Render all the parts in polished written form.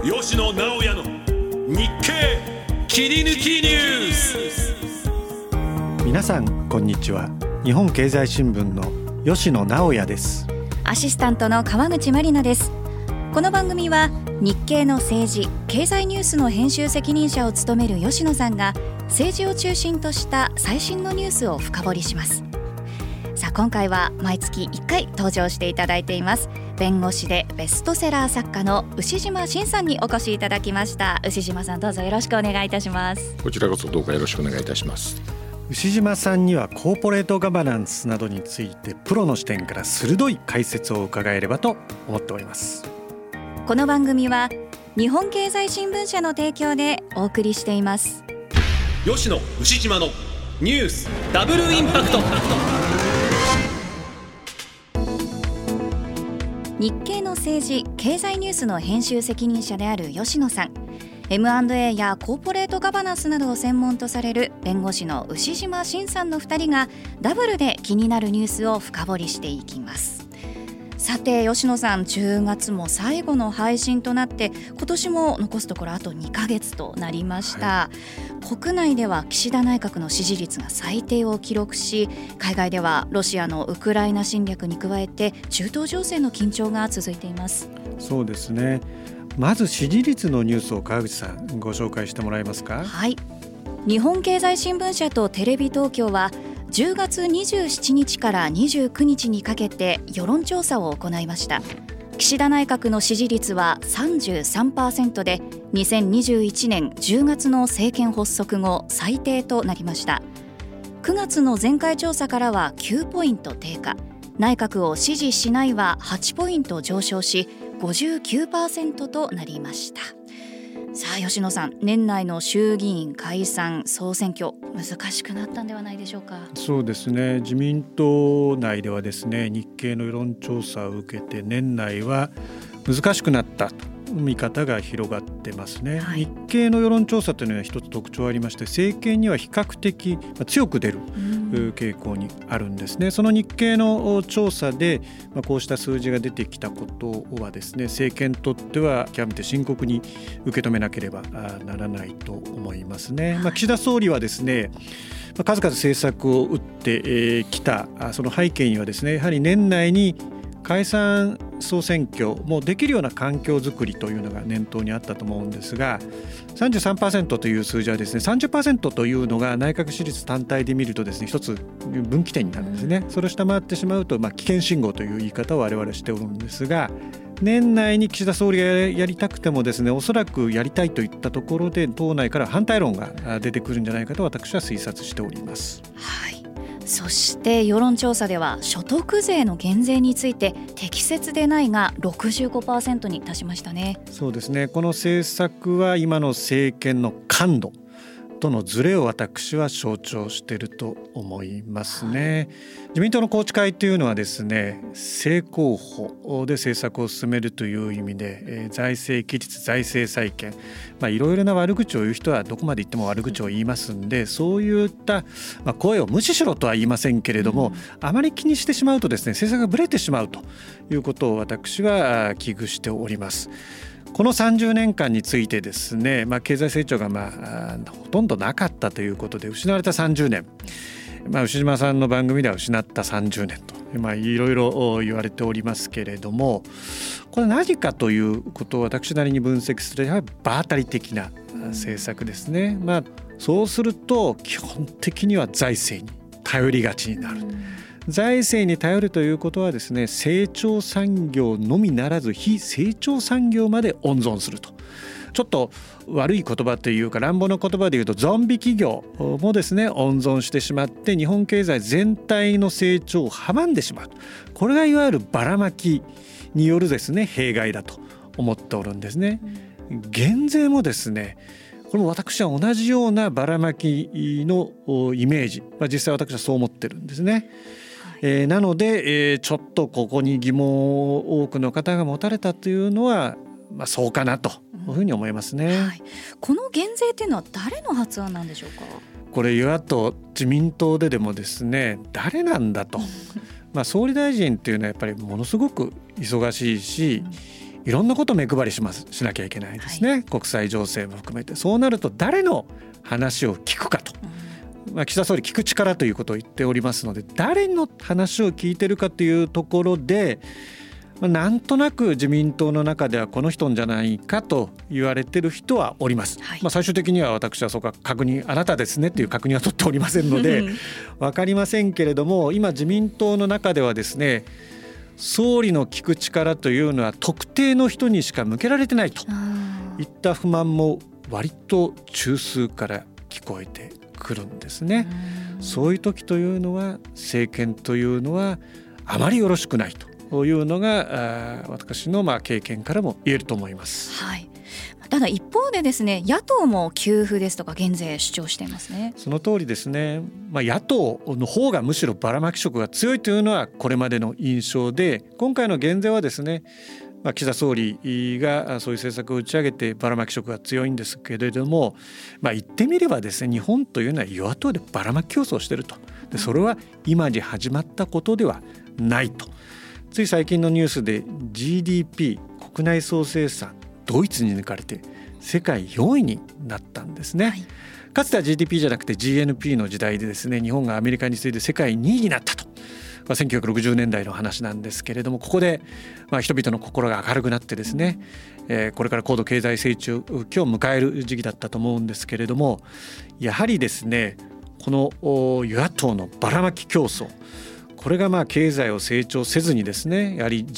吉野直哉の日経切り抜きニュース。 皆さんこんにちは。日本経済新聞の吉野直哉です。 アシスタントの川口まりなです。この番組は日経の政治・経済ニュースの編集責任者を務める吉野さんが政治を中心とした最新のニュースを深掘りします。さあ今回は毎月1回登場していただいています弁護士でベストセラー作家の牛島真さんにお越しいただきました。牛島さん、どうぞよろしくお願いいたします。 こちらこそどうかよろしくお願いいたします。 牛島さんにはコーポレートガバナンスなどについてプロの視点から鋭い解説を伺えればと思っております。 この番組は日本経済新聞社の提供でお送りしています。 吉野牛島のニュースダブルインパクト。 日経の政治・経済ニュースの編集責任者である吉野さん、 M&A やコーポレートガバナンスなどを専門とされる弁護士の牛島真さんの2人がダブルで気になるニュースを深掘りしていきます。さて吉野さん、10月も最後の配信となって今年も残すところあと2ヶ月となりました、国内では岸田内閣の支持率が最低を記録し、海外ではロシアのウクライナ侵略に加えて中東情勢の緊張が続いています。 そうですね。まず支持率のニュースを川口さんご紹介してもらえますか。 はい、日本経済新聞社とテレビ東京は10月27日から29日にかけて世論調査を行いました。岸田内閣の支持率は 33% で2021年10月の政権発足後最低となりました。9月の前回調査からは9ポイント低下、内閣を支持しないは8ポイント上昇し 59% となりました。さあ吉野さん、年内の衆議院解散総選挙難しくなったんではないでしょうか。 そうですね。自民党内ではですね、日経の世論調査を受けて年内は難しくなったと見方が広がってますね、日経の世論調査というのは一つ特徴ありまして、政権には比較的強く出る傾向にあるんですね。その日経の調査でこうした数字が出てきたことはですね、政権にとっては極めて深刻に受け止めなければならないと思いますね。岸田総理はですね、数々政策を打ってきたその背景にはですね、やはり年内に解散総選挙もできるような環境づくりというのが念頭にあったと思うんですが、 33% という数字はですね 30% というのが内閣支持率単体で見るとですね、一つ分岐点になるんですね。それを下回ってしまうと危険信号という言い方を我々しておるんですが、年内に岸田総理がやりたくてもですね、おそらくやりたいといったところで党内から反対論が出てくるんじゃないかと私は推察しております。 はい、そして世論調査では所得税の減税について適切でないが 65% に達しましたね。 そうですね。この政策は今の政権の感度とのズレを私は象徴していると思いますね、自民党の宏池会というのはですね、正攻法で政策を進めるという意味で、財政規律、財政再建、いろいろな悪口を言う人はどこまで言っても悪口を言いますんで、そういった、声を無視しろとは言いませんけれども、あまり気にしてしまうとですね、政策がぶれてしまうということを私は危惧しております。この30年間についてですね、経済成長がほとんどなかったということで失われた30年、牛島さんの番組では失った30年といろいろ言われておりますけれども、これ何かということを私なりに分析すると、やはり場当たり的な政策ですね。そうすると基本的には財政に頼りがちになる。財政に頼るということはですね、成長産業のみならず非成長産業まで温存すると、ちょっと悪い言葉というか乱暴な言葉でいうとゾンビ企業もですね温存してしまって日本経済全体の成長を阻んでしまう。これがいわゆるばらまきによるですね弊害だと思っておるんですね。減税もですね、これも私は同じようなばらまきのイメージ、実際私はそう思ってるんですね。なので、ちょっとここに疑問を多くの方が持たれたというのは、そうかなというふうに思いますね、 この減税というのは誰の発案なんでしょうか。 これ与野党自民党でもですね、誰なんだと総理大臣っていうのはやっぱりものすごく忙しいし、 いろんなことを目配りしなきゃいけないですね、国際情勢も含めて。そうなると誰の話を聞くかと、岸田総理聞く力ということを言っておりますので、誰の話を聞いてるかというところで、なんとなく自民党の中ではこの人じゃないかと言われてる人はおります、最終的には私はそうか確認、あなたですねっていう確認は取っておりませんので分かりませんけれども、今自民党の中ではですね、総理の聞く力というのは特定の人にしか向けられてないといった不満も割と中枢から聞こえてくるんですね。そういう時というのは政権というのはあまりよろしくないというのが私の経験からも言えると思います。 ただ一方でですね、野党も給付ですとか減税主張していますね。 その通りですね、野党の方がむしろばらまき色が強いというのはこれまでの印象で、今回の減税はですね、岸田総理がそういう政策を打ち上げてばらまき色が強いんですけれども、言ってみればですね、日本というのは与野党でばらまき競争をしていると。でそれは今に始まったことではないと。つい最近のニュースで GDP 国内総生産ドイツに抜かれて世界4位になったんですね、かつては GDP じゃなくて GNP の時代でですね、日本がアメリカに次いで世界2位になったと、1960年代の話なんですけれども、ここで人々の心が明るくなってですね、これから高度経済成長期を迎える時期だったと思うんですけれども、やはりですね、この与野党のばらまき競争、これが経済を成長せずにですね、やはり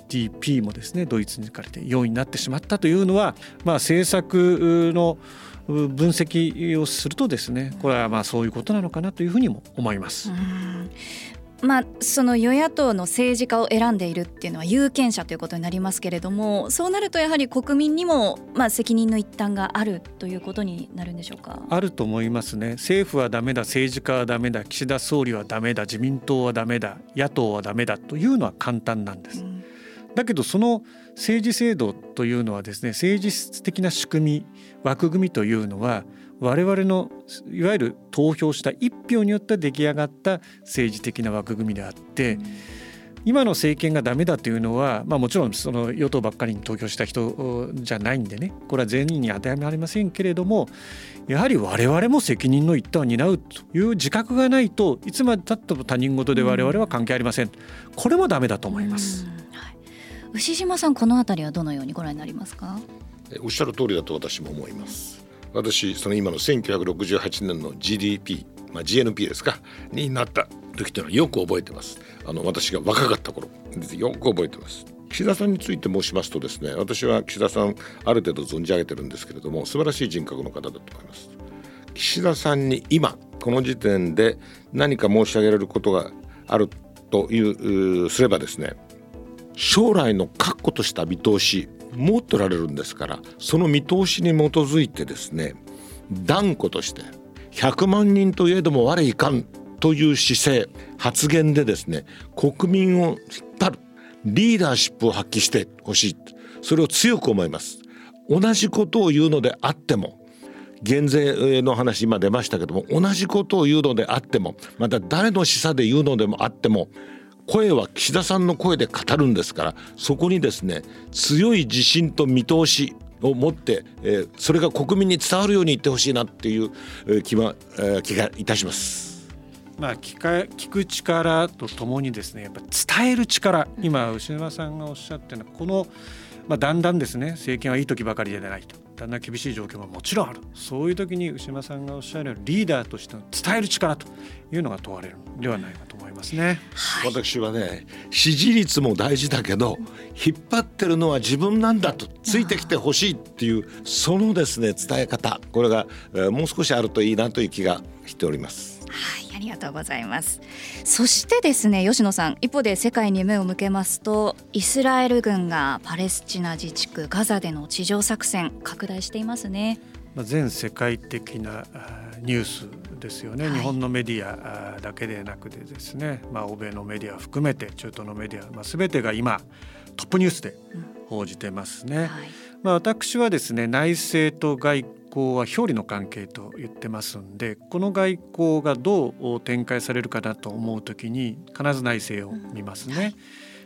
GDP もですねドイツに抜かれて4位になってしまったというのは、政策の分析をするとですね、これはそういうことなのかなというふうにも思います。 その与野党の政治家を選んでいるっていうのは有権者ということになりますけれども、そうなるとやはり国民にも責任の一端があるということになるんでしょうか。 あると思いますね。政府はダメだ、政治家はダメだ、岸田総理はダメだ、自民党はダメだ、野党はダメだというのは簡単なんです、だけどその政治制度というのはですね、政治的な仕組み、枠組みというのは我々のいわゆる投票した一票によって出来上がった政治的な枠組みであって、今の政権がダメだというのは、もちろんその与党ばっかりに投票した人じゃないんでね、これは全員に当てはまりませんけれども、やはり我々も責任の一端を担うという自覚がないと、いつまでたっても他人事で我々は関係ありません。これもダメだと思います。 牛島さん、このあたりはどのようにご覧になりますか。 おっしゃる通りだと私も思います。私、その今の1968年の GNP ですかになった時というのはよく覚えてます。私が若かった頃よく覚えてます。岸田さんについて申しますとですね、私は岸田さんある程度存じ上げてるんですけれども、素晴らしい人格の方だと思います。岸田さんに今この時点で何か申し上げられることがあるというすればですね、将来の確固とした見通し持っておられるんですから、その見通しに基づいてですね、断固として100万人といえども我いかんという姿勢発言でですね、国民を引っ張るリーダーシップを発揮してほしい、それを強く思います。同じことを言うのであっても、減税の話今出ましたけども、同じことを言うのであっても、また誰の示唆で言うのでもあっても、声は岸田さんの声で語るんですから、そこにですね強い自信と見通しを持って、それが国民に伝わるように言ってほしいなっていう気がいたします。 聞く力とともにですね、やっぱ伝える力、今牛島さんがおっしゃってるのはこの、だんだんですね、政権はいい時ばかりでないと、だんだん厳しい状況ももちろんある。そういう時に牛島さんがおっしゃるようにリーダーとしての伝える力というのが問われるのではないかと思いますね。 私はね、支持率も大事だけど引っ張ってるのは自分なんだと、ついてきてほしいっていうそのですね伝え方、これがもう少しあるといいなという気がしております。 ありがとうございます。そしてですね、吉野さん、一方で世界に目を向けますと、イスラエル軍がパレスチナ自治区ガザでの地上作戦拡大していますね。 全世界的なニュースですよね、日本のメディアだけでなくてですね、欧米のメディア含めて中東のメディア、全てが今トップニュースで報じてますね。私はですね、内政と外交は表裏の関係と言ってますんで、この外交がどう展開されるかなと思うときに必ず内政を見ますね。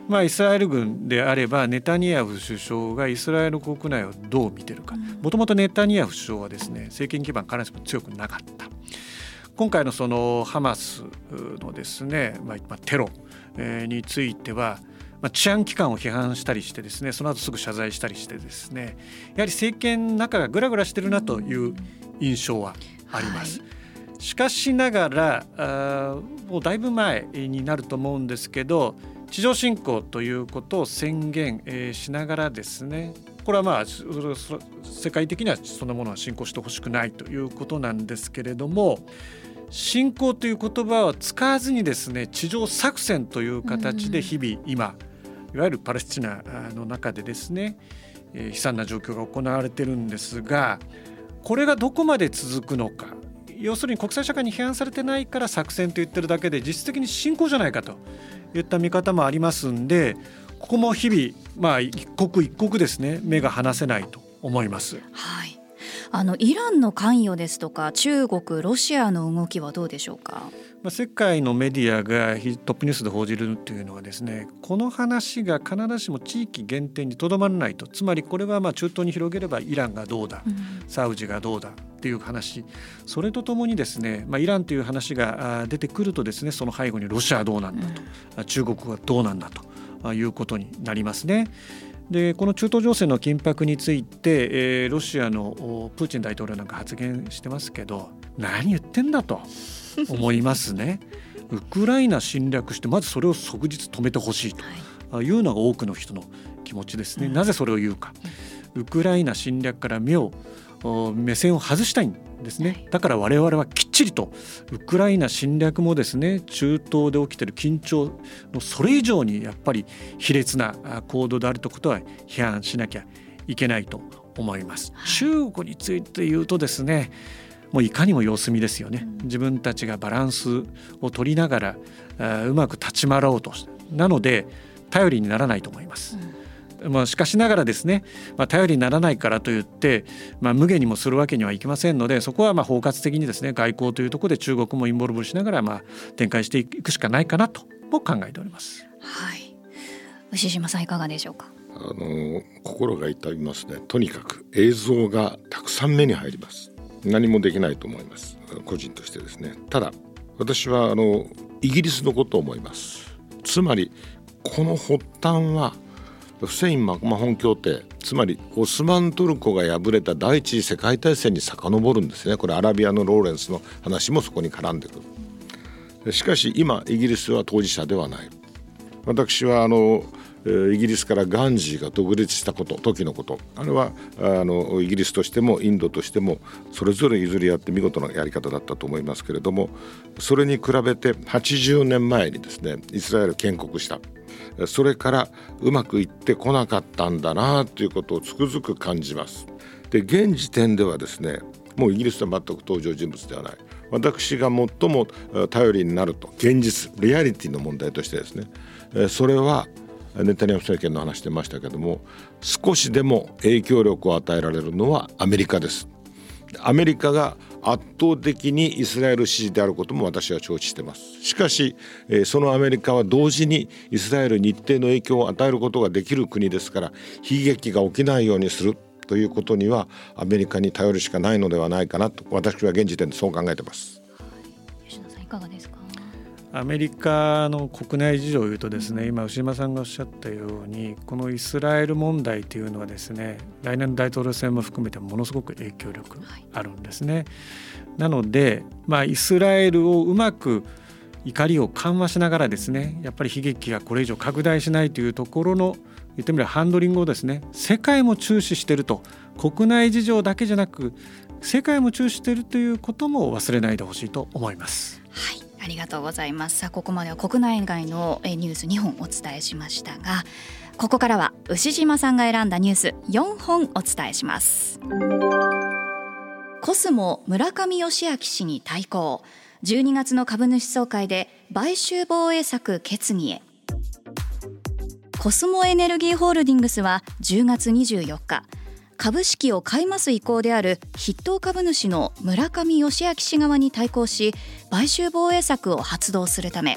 イスラエル軍であればネタニヤフ首相がイスラエル国内をどう見てるか。もともとネタニヤフ首相はですね、政権基盤必ずしも強くなかった。今回のそのハマスのですね、テロについては治安機関を批判したりしてですね、その後すぐ謝罪したりしてですね、やはり政権の中がグラグラしてるなという印象はあります。しかしながらもうだいぶ前になると思うんですけど、地上侵攻ということを宣言しながらですね、これは世界的にはそんなものは侵攻してほしくないということなんですけれども、侵攻という言葉を使わずにですね、地上作戦という形で日々今いわゆるパレスチナの中でですね、悲惨な状況が行われているんですが、これがどこまで続くのか。要するに国際社会に批判されてないから作戦と言ってるだけで実質的に侵攻じゃないかといった見方もありますんで、ここも日々一刻一刻ですね、目が離せないと思います。 はい、イランの関与ですとか中国、ロシアの動きはどうでしょうか。 世界のメディアがトップニュースで報じるというのはですね、この話が必ずしも地域限定にとどまらないと。つまりこれは中東に広げればイランがどうだ、サウジがどうだっていう話、それとともにですね、イランという話が出てくるとですね、その背後にロシアはどうなんだと、中国はどうなんだということになりますね。でこの中東情勢の緊迫について、ロシアのプーチン大統領なんか発言してますけど、何言ってんだと思いますね。ウクライナ侵略してまずそれを即日止めてほしいというのが多くの人の気持ちですね。なぜそれを言うか。ウクライナ侵略から目線を外したいんですね。だから我々はきっちりとウクライナ侵略もですね、中東で起きている緊張のそれ以上にやっぱり卑劣な行動であるということは批判しなきゃいけないと思います。中国について言うとですね、もういかにも様子見ですよね。自分たちがバランスを取りながらうまく立ち回ろうとして、なので頼りにならないと思います。しかしながらですね、頼りにならないからといって、無下にもするわけにはいきませんので、そこは包括的にですね、外交というところで中国もインボルブしながら展開していくしかないかなとも考えております。 はい、牛島さんいかがでしょうか。 心が痛みますね。とにかく映像がたくさん目に入ります。何もできないと思います、個人としてですね。ただ私はイギリスのことを思います。つまりこの発端はフセイン・マホン協定、つまりオスマントルコが敗れた第一次世界大戦に遡るんですね。これアラビアのローレンスの話もそこに絡んでくる。しかし今イギリスは当事者ではない。私はイギリスからガンジーが独立した時のこと、あれはイギリスとしてもインドとしてもそれぞれ譲り合って見事なやり方だったと思いますけれども、それに比べて80年前にですね、イスラエル建国した。それからうまくいってこなかったんだなということをつくづく感じます。で現時点ではですね、もうイギリスは全く登場人物ではない。私が最も頼りになると、現実リアリティの問題としてですね、それはネタニヤフ政権の話してましたけども、少しでも影響力を与えられるのはアメリカです。アメリカが圧倒的にイスラエル支持であることも私は承知しています。しかしそのアメリカは同時にイスラエルに一定の影響を与えることができる国ですから、悲劇が起きないようにするということにはアメリカに頼るしかないのではないかなと、私は現時点でそう考えています。 吉野さんいかがですか。 アメリカの国内事情を言うとですね、今牛島さんがおっしゃったように、このイスラエル問題というのはですね、来年の大統領選も含めてものすごく影響力あるんですね。なので、イスラエルをうまく怒りを緩和しながらですね、やっぱり悲劇がこれ以上拡大しないというところの言ってみればハンドリングをですね、世界も注視していると、国内事情だけじゃなく世界も注視しているということも忘れないでほしいと思います。 はい、ありがとうございます。さあここまでは国内外のニュース2本お伝えしましたが、ここからは牛島さんが選んだニュース4本お伝えします。コスモ村上義明氏に対抗、12月の株主総会で買収防衛策決議へ。コスモエネルギーホールディングスは10月24日、株式を買い増す意向である筆頭株主の村上義明氏側に対抗し、買収防衛策を発動するため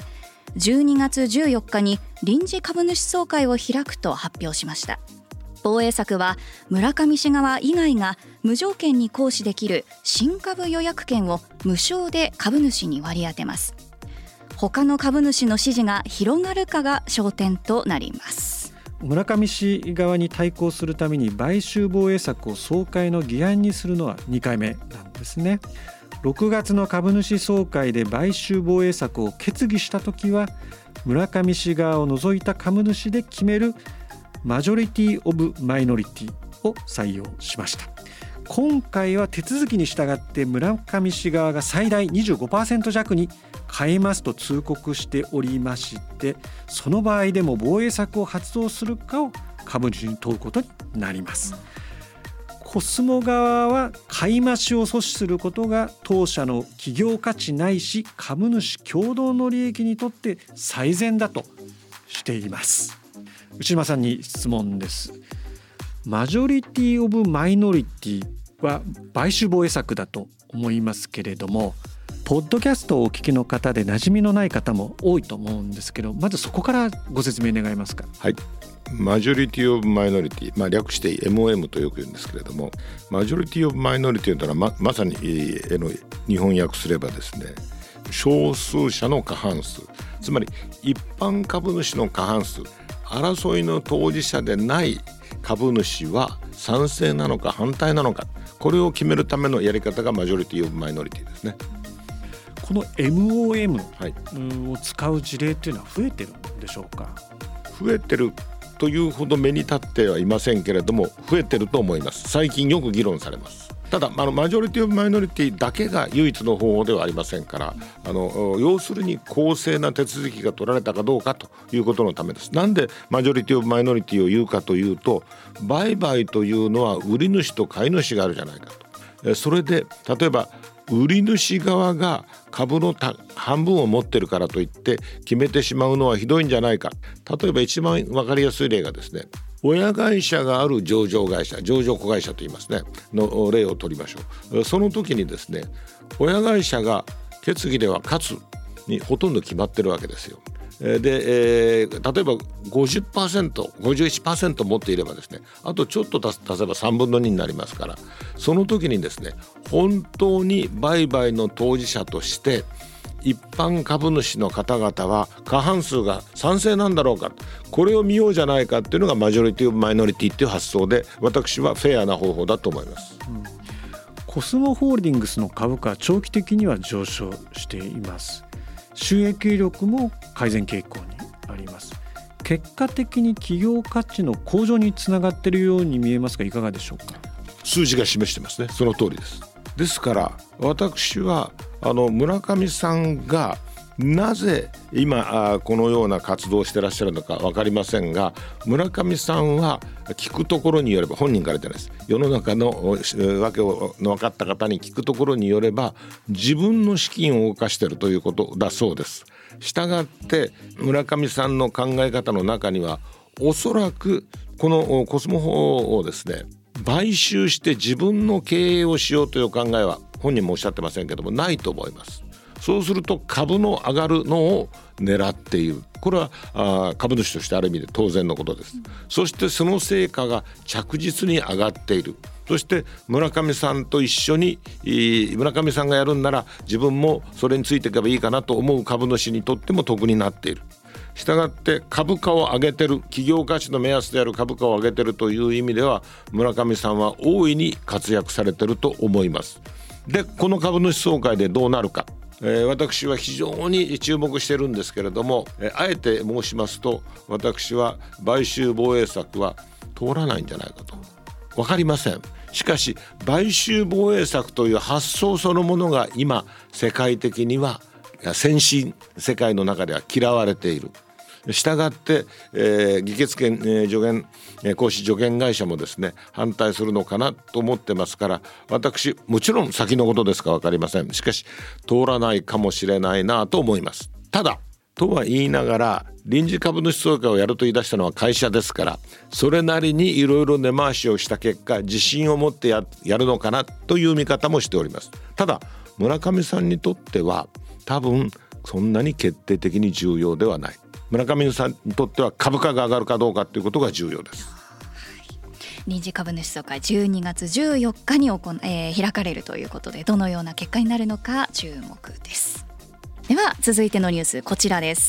12月14日に臨時株主総会を開くと発表しました。防衛策は村上氏側以外が無条件に行使できる新株予約権を無償で株主に割り当てます。他の株主の支持が広がるかが焦点となります。 村上氏側に対抗するために買収防衛策を総会の議案にするのは2回目なんですね。6月の株主総会で買収防衛策を決議したときは、村上氏側を除いた株主で決めるマジョリティ・オブ・マイノリティを採用しました。今回は手続きに従って村上氏側が最大 25% 弱に変えますと通告しておりまして、その場合でも防衛策を発動するかを株主に問うことになります。コスモ側は買い増しを阻止することが当社の企業価値ないし株主共同の利益にとって最善だとしています。内島さんに質問です。マジョリティ・オブ・マイノリティは買収防衛策だと思いますけれども、ポッドキャストをお聞きの方で馴染みのない方も多いと思うんですけど、まずそこからご説明願えますか。 はい、マジョリティ・オブ・マイノリティ、略して MOM とよく言うんですけれども、マジョリティ・オブ・マイノリティというのは まさに日本訳すればですね、少数者の過半数、つまり一般株主の過半数、争いの当事者でない株主は賛成なのか反対なのか、これを決めるためのやり方がマジョリティ・オブ・マイノリティですね。 この MOM を使う事例というのは増えてるんでしょうか。 増えてるというほど目に立ってはいませんけれども、増えてると思います。最近よく議論されます。ただマジョリティ・オブ・マイノリティだけが唯一の方法ではありませんから、要するに公正な手続きが取られたかどうかということのためです。なんでマジョリティ・オブ・マイノリティを言うかというと、売買というのは売り主と買い主があるじゃないかと。それで例えば売り主側が株の半分を持ってるからといって決めてしまうのはひどいんじゃないか。例えば一番分かりやすい例がですね、親会社がある上場会社、上場子会社といいますねの例を取りましょう。その時にですね、親会社が決議では勝つにほとんど決まってるわけですよ。で、例えば 50%、51% 持っていればですね、あとちょっと足せば3分の2になりますから、その時にですね、本当に売買の当事者として一般株主の方々は過半数が賛成なんだろうか、これを見ようじゃないかっていうのがマジョリティ・オブ・マイノリティっていう発想で、私はフェアな方法だと思います。 コスモホールディングスの株価は長期的には上昇しています。収益力も改善傾向にあります。結果的に企業価値の向上につながっているように見えますが、いかがでしょうか。 数字が示してますね。その通りです。ですから私は村上さんがなぜ今このような活動をしてらっしゃるのか分かりませんが、村上さんは聞くところによれば、本人から言ってないです、世の中のわけの分かった方に聞くところによれば、自分の資金を動かしているということだそうです。したがって村上さんの考え方の中には、おそらくこのコスモ法をですね、買収して自分の経営をしようという考えは本人もおっしゃってませんけども、ないと思います。そうすると株の上がるのを狙っている、これは株主としてある意味で当然のことです。そしてその成果が着実に上がっている。そして村上さんと一緒に村上さんがやるんなら自分もそれについていけばいいかなと思う株主にとっても得になっている。したがって株価を上げてる、企業価値の目安である株価を上げてるという意味では、村上さんは大いに活躍されてると思います。で、この株主総会でどうなるか、私は非常に注目してるんですけれども、あえて申しますと、私は買収防衛策は通らないんじゃないかと。分かりません。しかし買収防衛策という発想そのものが今世界的には、先進世界の中では嫌われている。したがって、議決権、行使助言会社もですね、反対するのかなと思ってますから、私もちろん先のことですか分かりません。しかし通らないかもしれないなと思います。ただとは言いながら、臨時株主総会をやると言い出したのは会社ですから、それなりにいろいろ根回しをした結果、自信を持ってやるのかなという見方もしております。ただ村上さんにとっては多分そんなに決定的に重要ではない。村上さんにとっては株価が上がるかどうかということが重要です。 臨時株主総会12月14日に開かれるということで、どのような結果になるのか注目です。では続いてのニュース、こちらです。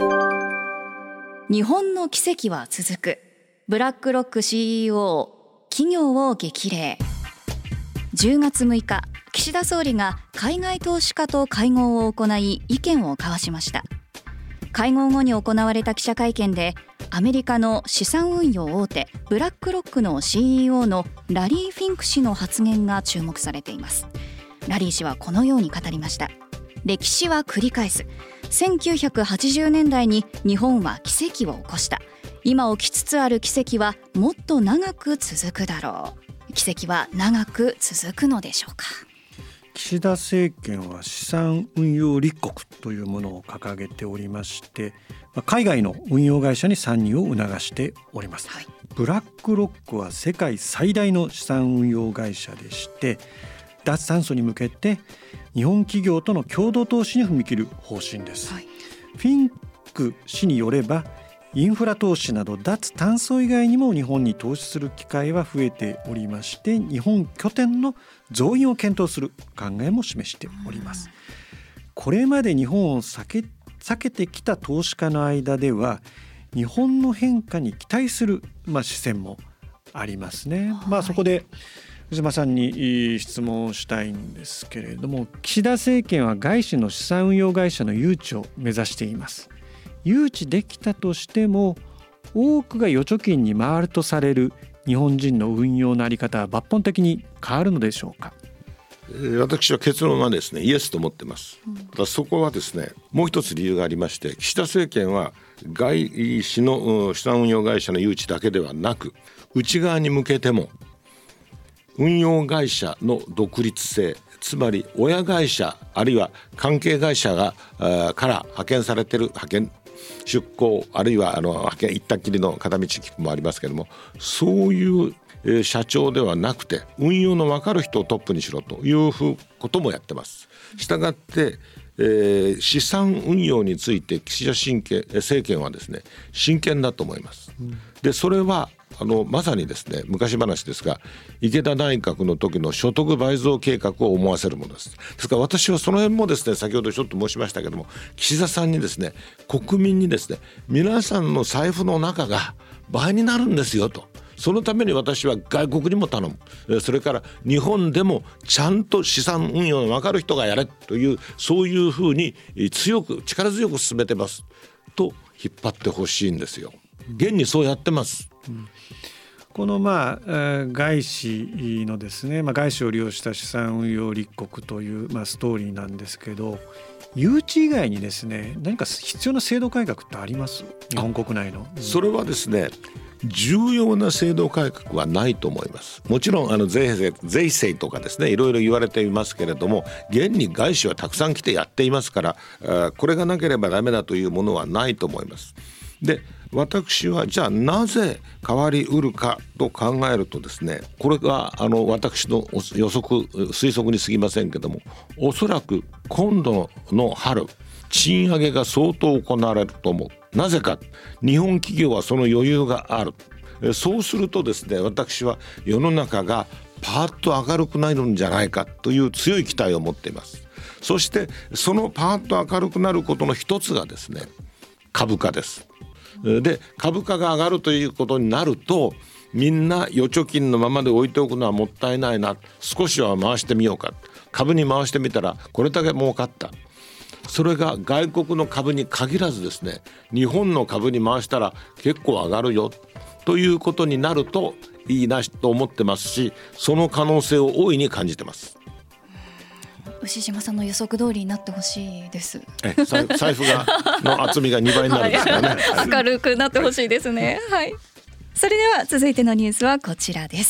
日本の奇跡は続く。ブラックロック CEO 企業を激励。10月6日、岸田総理が海外投資家と会合を行い意見を交わしました。会合後に行われた記者会見で、アメリカの資産運用大手ブラックロックの CEO のラリー・フィンク氏の発言が注目されています。ラリー氏はこのように語りました。歴史は繰り返す。1980年代に日本は奇跡を起こした。今起きつつある奇跡はもっと長く続くだろう。奇跡は長く続くのでしょうか。 岸田政権は資産運用立国というものを掲げておりまして、海外の運用会社に参入を促しております、ブラックロックは世界最大の資産運用会社でして、脱炭素に向けて日本企業との共同投資に踏み切る方針です、フィンク氏によれば、インフラ投資など脱炭素以外にも日本に投資する機会は増えておりまして、日本拠点の増員を検討する考えも示しております。これまで日本を避けてきた投資家の間では、日本の変化に期待する、視線もありますね。そこで藤間さんに質問をしたいんですけれども、岸田政権は外資の資産運用会社の誘致を目指しています。誘致できたとしても、多くが預貯金に回るとされる日本人の運用のあり方は抜本的に変わるのでしょうか。 私は結論はですね、イエスと思ってます。ただそこはですね、もう一つ理由がありまして、岸田政権は外資の資産運用会社の誘致だけではなく、内側に向けても運用会社の独立性、つまり親会社あるいは関係会社から派遣されている出向、あるいは派遣行ったきりの片道切符もありますけれども、そういう社長ではなくて運用の分かる人をトップにしろということもやってます。したがって、資産運用について岸田政権はですね、真剣だと思います、でそれはまさにですね、昔話ですが、池田内閣の時の所得倍増計画を思わせるものです。ですから私はその辺もですね、先ほどちょっと申しましたけども、岸田さんにですね、国民にですね、皆さんの財布の中が倍になるんですよと、そのために私は外国にも頼む、それから日本でもちゃんと資産運用の分かる人がやれという、そういうふうに力強く進めてますと引っ張ってほしいんですよ。現にそうやってます、 この外資のですね、外資を利用した資産運用立国というストーリーなんですけど、誘致以外にですね、何か必要な制度改革ってあります？日本国内の。 それはですね、重要な制度改革はないと思います。もちろん税制とかですね、いろいろ言われていますけれども、現に外資はたくさん来てやっていますから、これがなければダメだというものはないと思います。で、私はじゃあなぜ変わりうるかと考えるとですね、これが私の推測に過ぎませんけども、おそらく今度の春、賃上げが相当行われると思う。なぜか、日本企業はその余裕がある。そうするとですね、私は世の中がパーッと明るくなるんじゃないかという強い期待を持っています。そしてそのパーッと明るくなることの一つがですね、株価です。で、株価が上がるということになると、みんな預貯金のままで置いておくのはもったいないな、少しは回してみようか、株に回してみたらこれだけ儲かった。それが外国の株に限らずですね、日本の株に回したら結構上がるよということになるといいなと思ってますし、その可能性を大いに感じてます。 牛島さんの予測通りになってほしいです。 財布の厚みが2倍になるんですからね、 明るくなってほしいですね、それでは続いてのニュースはこちらです。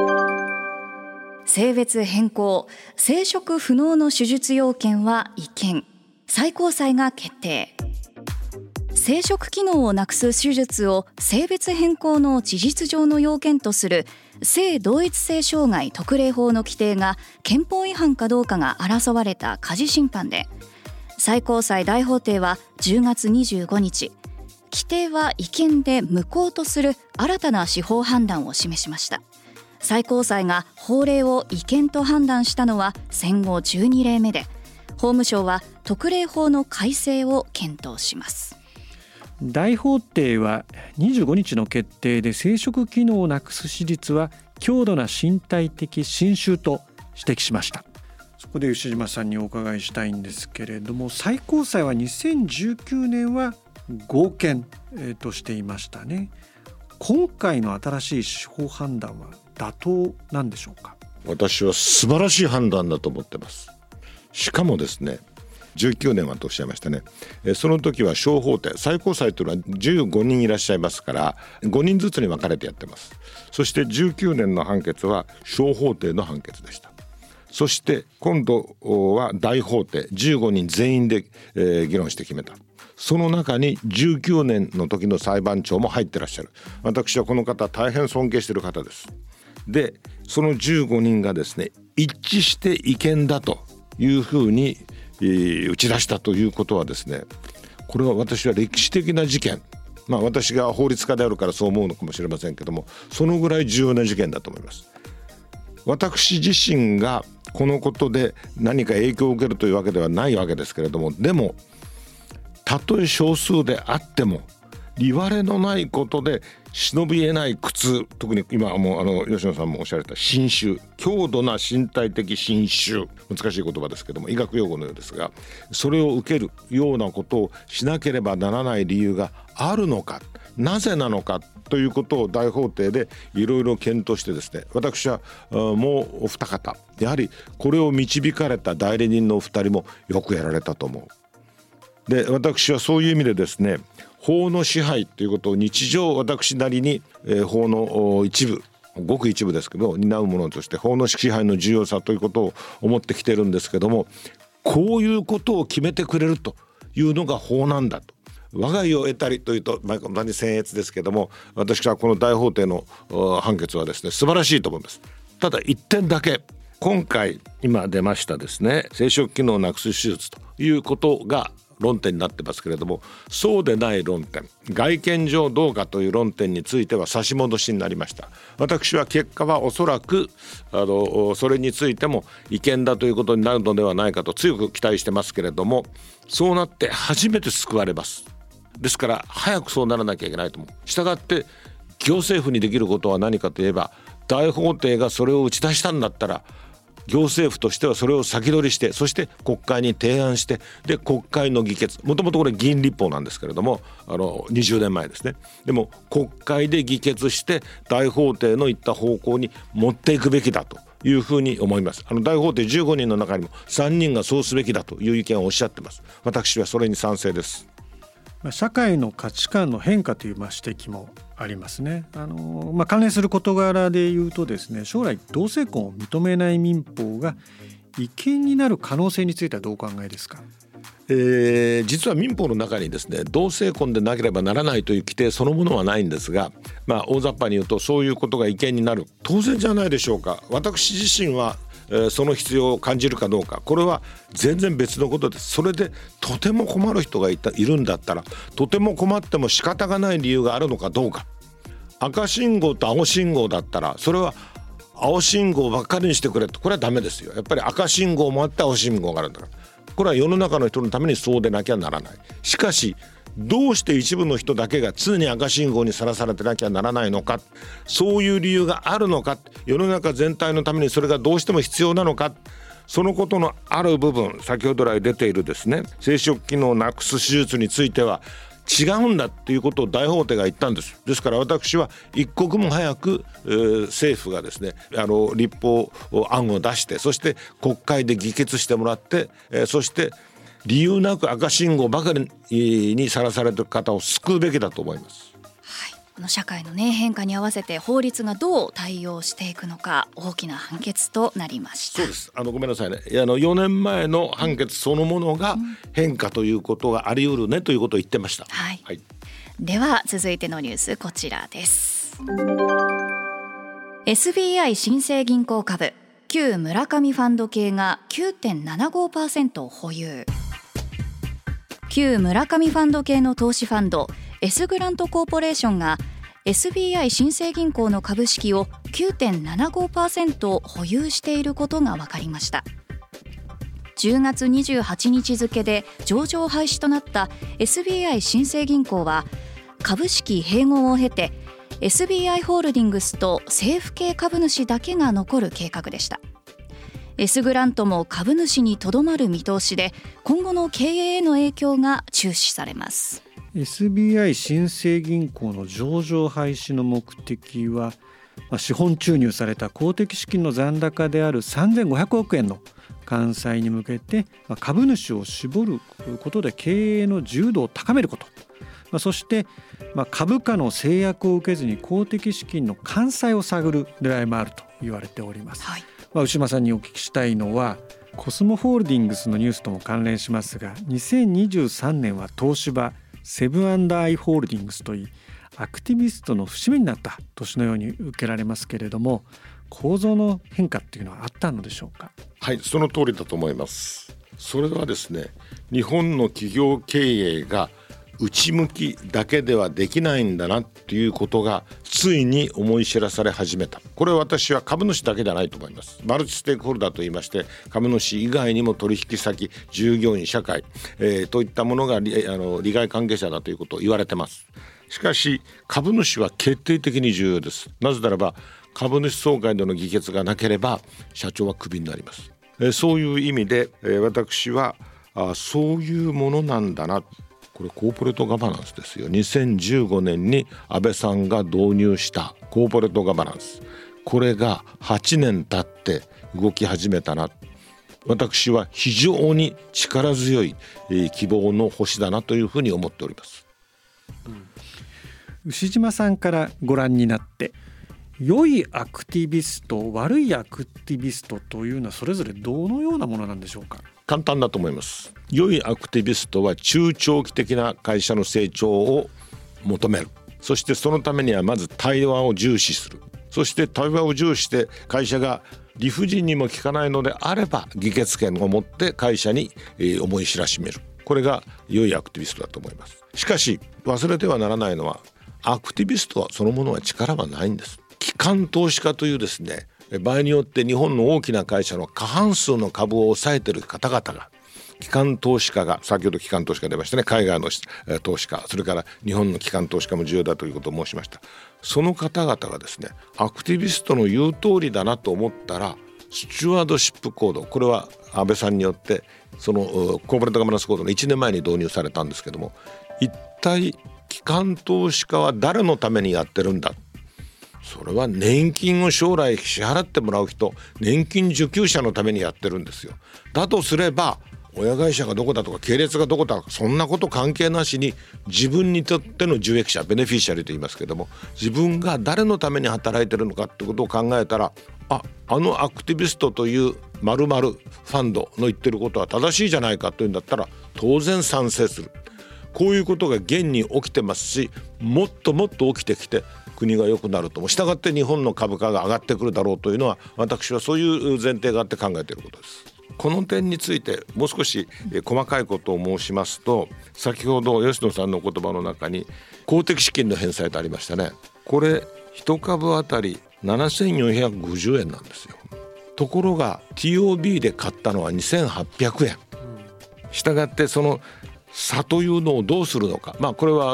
性別変更、生殖不能の手術要件は違憲、最高裁が決定。生殖機能をなくす手術を性別変更の事実上の要件とする性同一性障害特例法の規定が憲法違反かどうかが争われた家事審判で、 最高裁大法廷は10月25日、規定は違憲で無効とする新たな司法判断を示しました。最高裁が法令を違憲と判断したのは戦後12例目で、法務省は特例法の改正を検討します。 大法廷は25日の決定で生殖機能をなくす手術は強度な身体的侵襲と指摘しました。そこで牛島さんにお伺いしたいんですけれども、最高裁は2019年は合憲としていましたね。今回の新しい司法判断は妥当なんでしょうか。 私は素晴らしい判断だと思ってます。しかもですね、19年はとおっしゃいましたね。その時は小法廷、最高裁というのは15人いらっしゃいますから5人ずつに分かれてやってます。そして19年の判決は小法廷の判決でした。そして今度は大法廷、15人全員で、議論して決めた。その中に19年の時の裁判長も入ってらっしゃる。私はこの方大変尊敬している方です。でその15人がですね、一致して違憲だというふうに打ち出したということはですね、これは私は歴史的な事件、私が法律家であるからそう思うのかもしれませんけども、そのぐらい重要な事件だと思います。私自身がこのことで何か影響を受けるというわけではないわけですけれども、でもたとえ少数であってもいわれのないことで忍び得ない苦痛、特に今も吉野さんもおっしゃられた侵襲、強度な身体的侵襲、難しい言葉ですけども医学用語のようですが、それを受けるようなことをしなければならない理由があるのか、なぜなのかということを大法廷でいろいろ検討してですね、私はもうお二方、やはりこれを導かれた代理人のお二人もよくやられたと思う。で私はそういう意味でですね、法の支配ということを日常私なりに、法の一部、ごく一部ですけど担うものとして法の支配の重要さということを思ってきてるんですけども、こういうことを決めてくれるというのが法なんだと。我が家を得たりというと同じ僭越ですけども、私はこの大法廷の判決はですね素晴らしいと思います。ただ一点だけ、今回今出ましたですね、生殖機能をなくす手術ということが論点になってますけれども、そうでない論点、外見上どうかという論点については差し戻しになりました。私は結果はおそらくそれについても違憲だということになるのではないかと強く期待してますけれども、そうなって初めて救われます。ですから早くそうならなきゃいけないと思う。したがって行政府にできることは何かといえば、大法廷がそれを打ち出したんだったら行政府としてはそれを先取りして、そして国会に提案して、で国会の議決、もともとこれ議員立法なんですけれども20年前ですね。でも国会で議決して大法廷の言った方向に持っていくべきだというふうに思います。大法廷15人の中にも3人がそうすべきだという意見をおっしゃってます。私はそれに賛成です。 社会の価値観の変化という指摘もありますね。関連する事柄で言うとですね、将来同性婚を認めない民法が違憲になる可能性についてはどうお考えですか。 実は民法の中にですね、同性婚でなければならないという規定そのものはないんですが、大雑把に言うとそういうことが違憲になる、当然じゃないでしょうか。私自身はその必要を感じるかどうか、これは全然別のことです。それでとても困る人がいるんだったら、とても困っても仕方がない理由があるのかどうか。赤信号と青信号だったらそれは青信号ばっかりにしてくれと、これはダメですよ。やっぱり赤信号もあって青信号があるんだから、これは世の中の人のためにそうでなきゃならない。しかしどうして一部の人だけが常に赤信号にさらされてなきゃならないのか、そういう理由があるのか、世の中全体のためにそれがどうしても必要なのか、そのことのある部分、先ほど来出ているですね、生殖機能をなくす手術については違うんだということを大法廷が言ったんです。ですから私は一刻も早く、政府がですね立法案を出して、そして国会で議決してもらって、そして理由なく赤信号ばかりにさらされている方を救うべきだと思います。 社会の、変化に合わせて法律がどう対応していくのか、大きな判決となりました。 そうです。ごめんなさいね、4年前の判決そのものが変化ということがあり得るねということを言ってました。 では続いてのニュース、こちらです。 SBI 新生銀行株旧村上ファンド系が 9.75% を保有。 旧村上ファンド系の投資ファンド S グラントコーポレーションが SBI 新生銀行の株式を 9.75% 保有していることが分かりました。10月28日付で上場廃止となった SBI 新生銀行は株式併合を経て SBI ホールディングスと政府系株主だけが残る計画でした。S グラントも株主にとどまる見通しで、今後の経営への影響が注視されます。 SBI 新生銀行の上場廃止の目的は、資本注入された公的資金の残高である3500億円の完済に向けて株主を絞ることで経営の自由度を高めること、そして株価の制約を受けずに公的資金の完済を探る狙いもあると言われております。はい。牛間さんにお聞きしたいのは、コスモホールディングスのニュースとも関連しますが、2023年は東芝セブン&アイ・ホールディングスといいアクティビストの節目になった年のように受けられますけれども、構造の変化っていうのはあったのでしょうか。 はい、その通りだと思います。それはですね、日本の企業経営が内向きだけではできないんだなっていうことがついに思い知らされ始めた。これは私は株主だけではないと思います。マルチステークホルダーといいまして、株主以外にも取引先、従業員、社会、といったものが利害関係者だということを言われてます。しかし株主は決定的に重要です。なぜならば株主総会での議決がなければ社長はクビになります。そういう意味で、私はそういうものなんだな。これコーポレートガバナンスですよ。2015年に安倍さんが導入したコーポレートガバナンス、これが8年経って動き始めたな。私は非常に力強い、希望の星だなというふうに思っております。 牛島さんからご覧になって、良いアクティビスト、悪いアクティビストというのはそれぞれどのようなものなんでしょうか。 簡単だと思います。良いアクティビストは中長期的な会社の成長を求める。そしてそのためにはまず対話を重視する。そして対話を重視して会社が理不尽にも効かないのであれば議決権を持って会社に思い知らしめる。これが良いアクティビストだと思います。しかし忘れてはならないのは、アクティビストはそのものは力はないんです。機関投資家というですね、場合によって日本の大きな会社の過半数の株を抑えている方々が、機関投資家が、先ほど機関投資家出ましたね、海外の投資家、それから日本の機関投資家も重要だということを申しました。その方々がですね、アクティビストの言う通りだなと思ったら、スチュワードシップコード、これは安倍さんによってそのコーポレートガバナンスコードの1年前に導入されたんですけども、一体機関投資家は誰のためにやってるんだ。それは年金を将来支払ってもらう人、年金受給者のためにやってるんですよ。だとすれば親会社がどこだとか系列がどこだとか、そんなこと関係なしに自分にとっての受益者、ベネフィシャリーと言いますけども、自分が誰のために働いてるのかってことを考えたら、あのアクティビストという〇〇ファンドの言ってることは正しいじゃないかというんだったら当然賛成する。こういうことが現に起きてますし、もっともっと起きてきて国が良くなるとも、したがって日本の株価が上がってくるだろうというのは、私はそういう前提があって考えていることです。この点についてもう少し細かいことを申しますと、先ほど吉野さんの言葉の中に公的資金の返済とありましたね。これ1株あたり7450円なんですよ。ところが TOB で買ったのは2800円。したがってその差というのをどうするのか、これは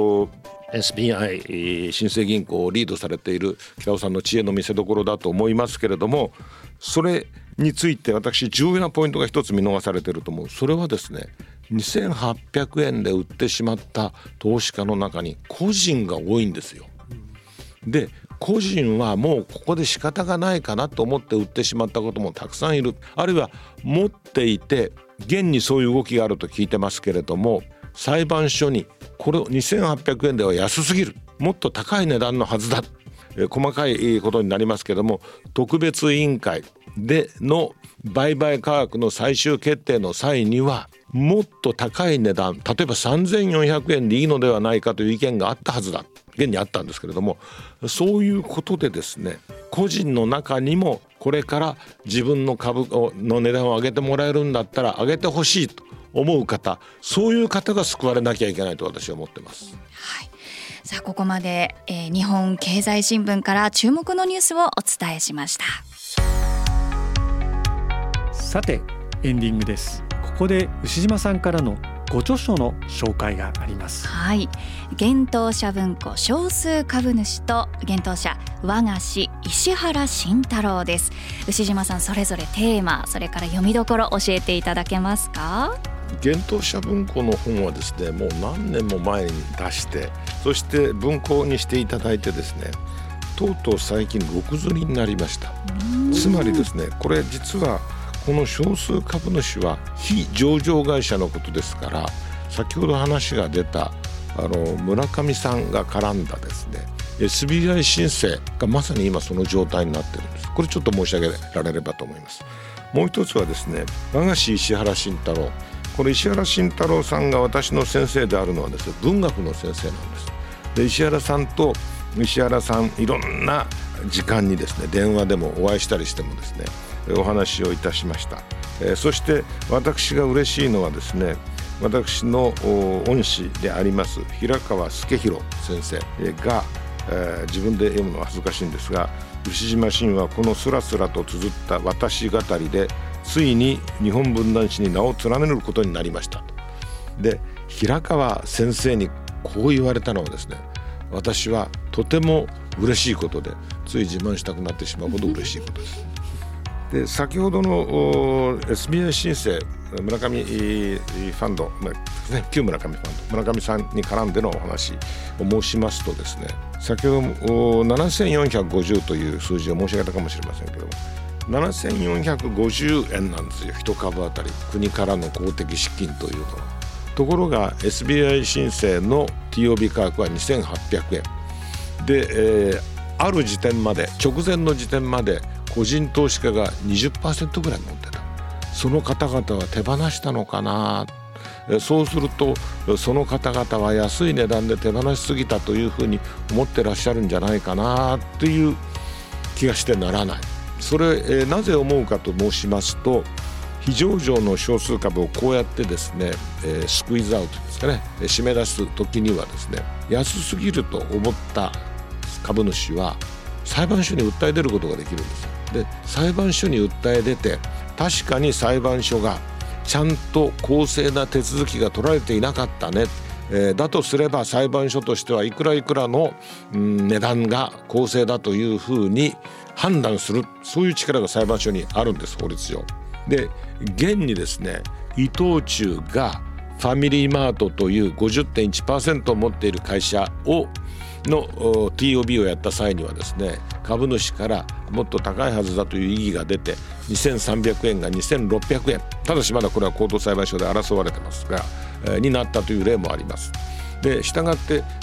SBI 新生銀行をリードされている北尾さんの知恵の見せ所だと思いますけれども、それについて私重要なポイントが一つ見逃されていると思う。それはですね、2800円で売ってしまった投資家の中に個人が多いんですよ。で個人はもうここで仕方がないかなと思って売ってしまったこともたくさんいる。あるいは持っていて現にそういう動きがあると聞いてますけれども、裁判所にこれを2800円では安すぎる、もっと高い値段のはずだ、細かいことになりますけども、特別委員会での売買価格の最終決定の際にはもっと高い値段、例えば3400円でいいのではないかという意見があったはずだ、現にあったんですけれども、そういうことでですね、個人の中にもこれから自分の株の値段を上げてもらえるんだったら上げてほしいと思う方、そういう方が救われなきゃいけないと私は思ってます。 はい、さあここまで、日本経済新聞から注目のニュースをお伝えしました。 さてエンディングです。ここで牛島さんからのご著書の紹介があります。 はい、現当社文庫少数株主と現当社和菓子石原慎太郎です。牛島さん、それぞれテーマ、それから読みどころ教えていただけますか？ 現当社文庫の本はですね、もう何年も前に出して、そして文庫にしていただいてですね、とうとう最近6刷りになりました。つまりですね、これ実はこの少数株主は非上場会社のことですから、先ほど話が出た村上さんが絡んだですね SBI 申請がまさに今その状態になっているんです。これちょっと申し上げられればと思います。もう一つはですね、和菓子石原慎太郎、これ石原慎太郎さんが私の先生であるのはですね、文学の先生なんです。で石原さんいろんな時間にですね、電話でもお会いしたりしてもですね、お話をいたしました。そして私が嬉しいのはですね、私の恩師であります平川助弘先生が、自分で読むのは恥ずかしいんですが、牛島新はこのスラスラと綴った私語りでついに日本文壇史に名を連ねることになりましたと。で平川先生にこう言われたのはですね、私はとても嬉しいことで、つい自慢したくなってしまうほど嬉しいことです。で先ほどの SBI 申請村上ファンド、旧村上ファンド、村上さんに絡んでのお話を申しますとですね、先ほど7450という数字を申し上げたかもしれませんけども、7450円なんですよ、1株あたり、国からの公的資金というのは。ところが SBI 申請の TOB 価格は2800円で、ある時点まで、直前の時点まで個人投資家が 20% ぐらい持ってた。その方々は手放したのかな。そうするとその方々は安い値段で手放しすぎたというふうに思ってらっしゃるんじゃないかなという気がしてならない。それ、なぜ思うかと申しますと、非上場の少数株をこうやってですね、スクイズアウトですかね、締め出す時にはですね、安すぎると思った株主は裁判所に訴え出ることができるんですよ。で裁判所に訴え出て、確かに裁判所がちゃんと公正な手続きが取られていなかったね、だとすれば裁判所としてはいくらいくらの、値段が公正だというふうに判断する、そういう力が裁判所にあるんです、法律上で。現にですね、伊藤忠がファミリーマートという 50.1% を持っている会社の TOB をやった際にはですね、株主からもっと高いはずだという異議が出て、2300円が2600円、ただしまだこれは高等裁判所で争われてますが、になったという例もあります。でしたがって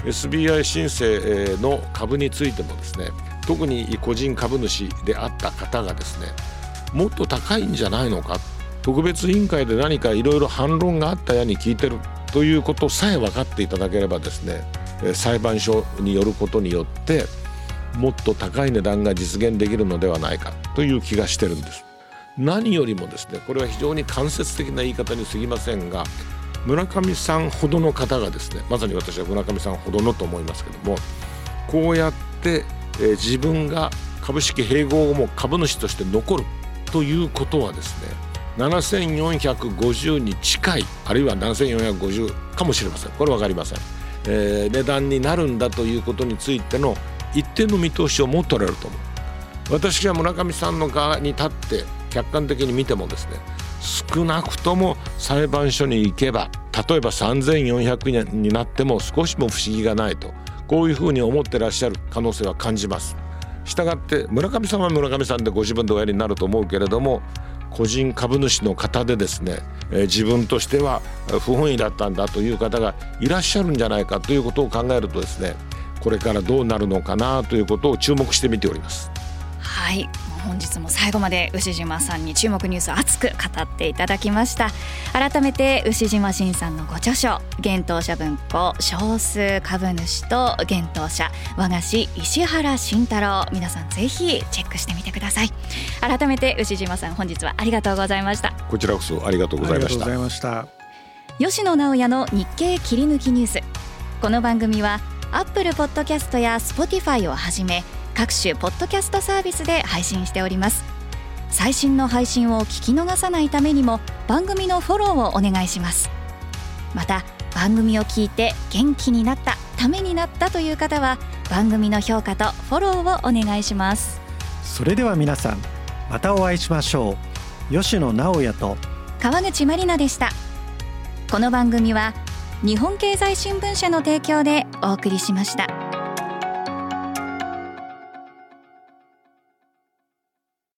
SBI 申請の株についてもですね、特に個人株主であった方がですね、もっと高いんじゃないのか、特別委員会で何かいろいろ反論があったように聞いてるということさえ分かっていただければですね、裁判所によることによってもっと高い値段が実現できるのではないかという気がしてるんです。何よりもですね、これは非常に間接的な言い方に過ぎませんが、村上さんほどの方がですね、まさに私は村上さんほどのと思いますけども、こうやって、自分が株式併合後も株主として残るということはですね、7450に近い、あるいは7450かもしれません、これ分かりません、値段になるんだということについての一定の見通しを持っておられると思う。私は村上さんの側に立って客観的に見てもですね、少なくとも裁判所に行けば例えば3400円になっても少しも不思議がないと、こういうふうに思ってらっしゃる可能性は感じます。したがって村上さんは村上さんでご自分でおやりになると思うけれども、個人株主の方でですね、自分としては不本意だったんだという方がいらっしゃるんじゃないかということを考えるとですね、これからどうなるのかなということを注目して見ております。 はい、本日も最後まで牛島さんに注目ニュースを熱く語っていただきました。改めて牛島新さんのご著書、現当社文庫少数株主と現当社和菓子石原慎太郎、皆さんぜひチェックしてみてください。改めて牛島さん、本日はありがとうございました。 こちらこそありがとうございました。 ありがとうございました。 吉野直也の日経切り抜きニュース。この番組は Apple Podcast や Spotify をはじめ各種ポッドキャストサービスで配信しております。最新の配信を聞き逃さないためにも番組のフォローをお願いします。また番組を聞いて元気になった、ためになったという方は番組の評価とフォローをお願いします。 それでは皆さんまたお会いしましょう。吉野直也と川口まりなでした。この番組は日本経済新聞社の提供でお送りしました。